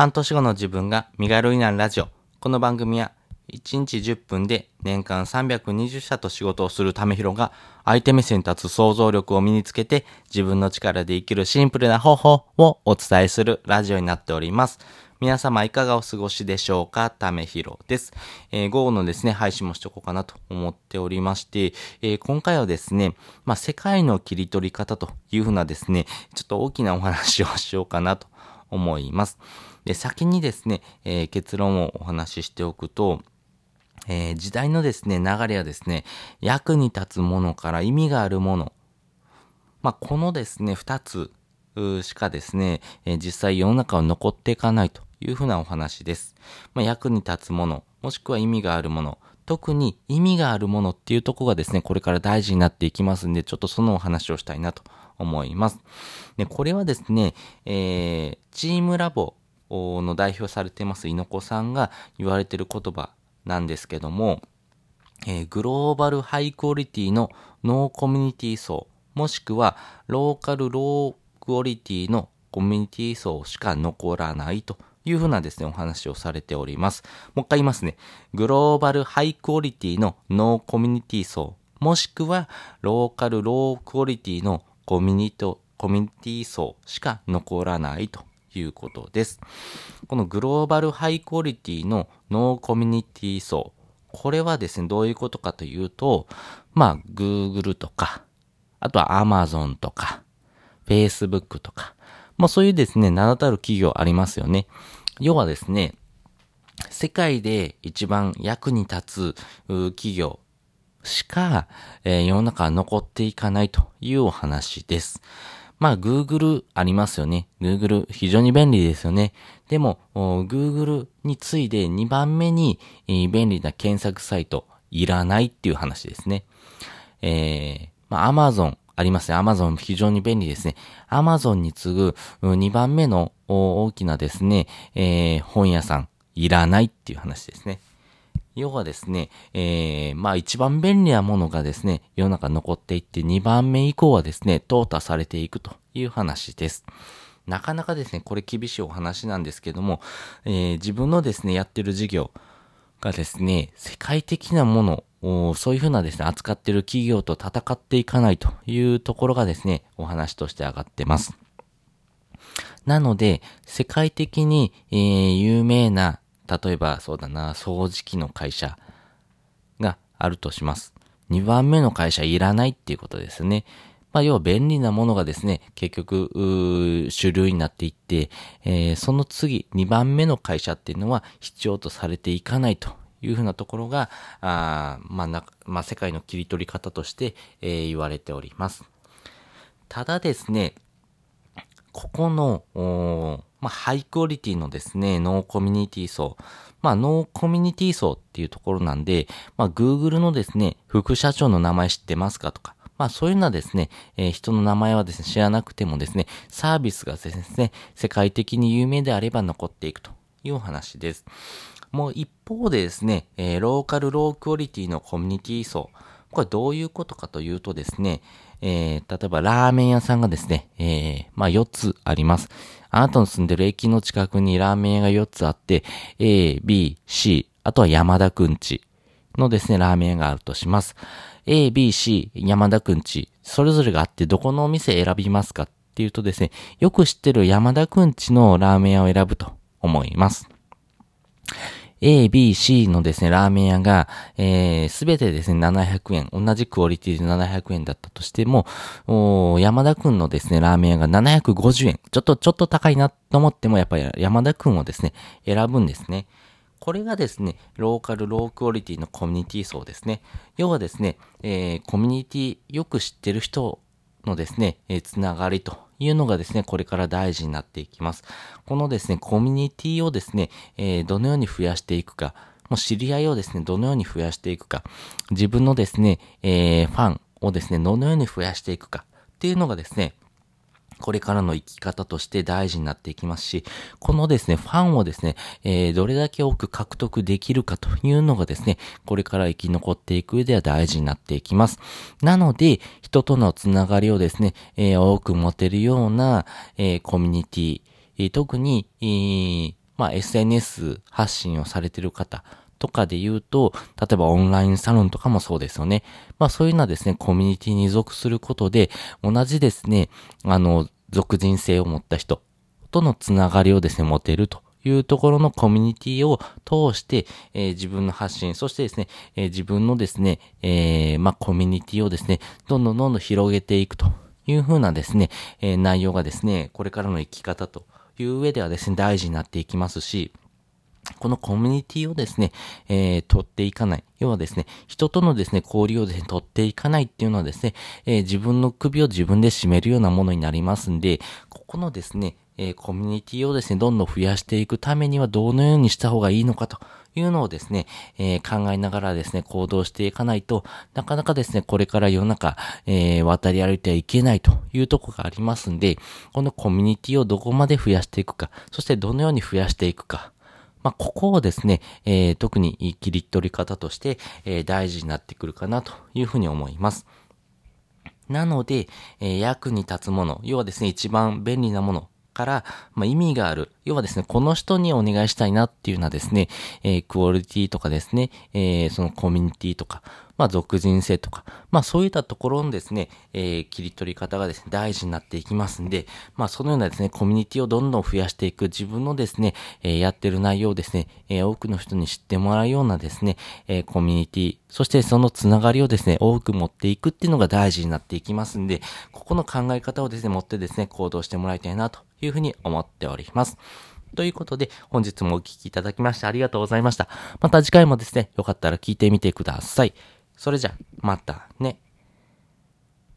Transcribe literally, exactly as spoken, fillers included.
半年後の自分が身軽になるラジオ。この番組はいちにちじゅっぷんで年間さんびゃくにじゅっしゃと仕事をするためひろが相手目線に立つ想像力を身につけて自分の力で生きるシンプルな方法をお伝えするラジオになっております。皆様いかがお過ごしでしょうか。ためひろです。えー、午後のですね、配信もしとこうかなと思っておりまして、えー、今回はですね、まあ、世界の切り取り方というふうなですね、ちょっと大きなお話をしようかなと思います。で、先にですね、えー、結論をお話ししておくと、えー、時代のですね、流れはですね、役に立つものから意味があるもの。まあ、このですね、二つしかですね、えー、実際世の中は残っていかないというふうなお話です。まあ、役に立つもの、もしくは意味があるもの。特に意味があるものっていうところがですね、これから大事になっていきますんで、ちょっとそのお話をしたいなと思います。で、これはですね、えー、チームラボの代表されています猪子さんが言われている言葉なんですけども、えー、グローバルハイクオリティのノーコミュニティ層、もしくはローカルロークオリティのコミュニティ層しか残らないというふうなですね、お話をされております。もう一回言いますね。グローバルハイクオリティのノーコミュニティ層、もしくはローカルロークオリティのコミュニティ、コミュニティ層しか残らないということです。このグローバルハイクオリティのノーコミュニティ層、これはですね、どういうことかというと、まあ、Google とか、あとは Amazon とか、Facebook とか、まあそういうですね、名だたる企業ありますよね。要はですね、世界で一番役に立つ企業しか、えー、世の中は残っていかないというお話です。まあ Google ありますよね。Google 非常に便利ですよね。でも Google に次いでにばんめに、えー、便利な検索サイトいらないっていう話ですね。えー、まあ Amazon ありますね。Amazon 非常に便利ですね。Amazon に次ぐにばんめの大きなですね、えー、本屋さんいらないっていう話ですね。要はですね、えー、まあ一番便利なものがですね、世の中残っていってにばんめ以降はですね、淘汰されていくという話です。なかなかですね、これ厳しいお話なんですけども、えー、自分のですね、やってる事業がですね、世界的なものを、そういうふうなですね、扱ってる企業と戦っていかないというところがですね、お話として上がってます。なので、世界的に、えー、有名な例えばそうだな、掃除機の会社があるとします。にばんめの会社いらないっていうことですね。まあ要は便利なものがですね、結局主流になっていって、えー、その次にばんめの会社っていうのは必要とされていかないというふうなところが、あまあな、まあ世界の切り取り方として、えー、言われております。ただですね、ここの、まあ、ハイクオリティのですね、ノーコミュニティ層。まあ、ノーコミュニティ層っていうところなんで、まあ、Google のですね、副社長の名前知ってますかとか、まあ、そういうのはですね、えー、人の名前はですね、知らなくてもですね、サービスがですね、世界的に有名であれば残っていくというお話です。もう一方でですね、えー、ローカルロークオリティのコミュニティ層。これどういうことかというとですね、えー、例えばラーメン屋さんがですね、えー、まあよっつあります。あなたの住んでる駅の近くにラーメン屋がよっつあって、A、B、C、あとは山田くんちのですね、ラーメン屋があるとします。A、B、C、山田くんち、それぞれがあってどこのお店選びますかっていうとですね、よく知ってる山田くんちのラーメン屋を選ぶと思います。A、B、C のですね、ラーメン屋が、えー、すべてですね、ななひゃくえん、同じクオリティでななひゃくえんだったとしても、お山田くんのですね、ラーメン屋がななひゃくごじゅうえん。ちょっと、ちょっと高いなと思っても、やっぱり山田くんをですね、選ぶんですね。これがですね、ローカル、ロークオリティのコミュニティ層ですね。要はですね、えー、コミュニティ、よく知ってる人のですね、えー、つながりというのがですね、これから大事になっていきます。このですね、コミュニティをですね、えー、どのように増やしていくか、もう知り合いをですね、どのように増やしていくか、自分のですね、えー、ファンをですね、どのように増やしていくかっていうのがですね、これからの生き方として大事になっていきますし、このですね、ファンをですね、えー、どれだけ多く獲得できるかというのがですね、これから生き残っていく上では大事になっていきます。なので、人とのつながりをですね、えー、多く持てるような、えー、コミュニティ、えー、特に、えーままあ エスエヌエス 発信をされている方とかで言うと、例えばオンラインサロンとかもそうですよね。まあそういうのはですね、コミュニティに属することで、同じですね、あの、属人性を持った人とのつながりをですね、持てるというところのコミュニティを通して、えー自分の発信、そしてですね、えー自分のですね、えーまあコミュニティをですね、どんどんどんどん広げていくというふうなですね、えー内容がですね、これからの生き方という上ではですね、大事になっていきますし、このコミュニティをですね、えー、取っていかない。要はですね、人とのですね、交流をですね、取っていかないっていうのはですね、えー自分の首を自分で絞めるようなものになりますんで、ここのですね、えーコミュニティをですね、どんどん増やしていくためにはどのようにした方がいいのかというのをですね、えー考えながらですね、行動していかないと、なかなかですね、これから世の中、えー渡り歩いてはいけないというところがありますんで、このコミュニティをどこまで増やしていくか、そしてどのように増やしていくか、まあ、ここをですね、えー特に切り取り方として、えー大事になってくるかなというふうに思います。なので、えー役に立つもの、要はですね、一番便利なものから、まあ、意味がある。要はですね、この人にお願いしたいなっていうのはですね、えークオリティとかですね、えーそのコミュニティとか、まあ、属人性とか、まあ、そういったところのですね、えー切り取り方がですね、大事になっていきますんで、まあ、そのようなですね、コミュニティをどんどん増やしていく、自分のですね、えーやってる内容をですね、えー多くの人に知ってもらうようなですね、えーコミュニティ、そしてそのつながりをですね、多く持っていくっていうのが大事になっていきますんで、ここの考え方をですね、持ってですね、行動してもらいたいなというふうに思っております。ということで、本日もお聞きいただきましてありがとうございました。また次回もですね、よかったら聞いてみてください。それじゃ、またね。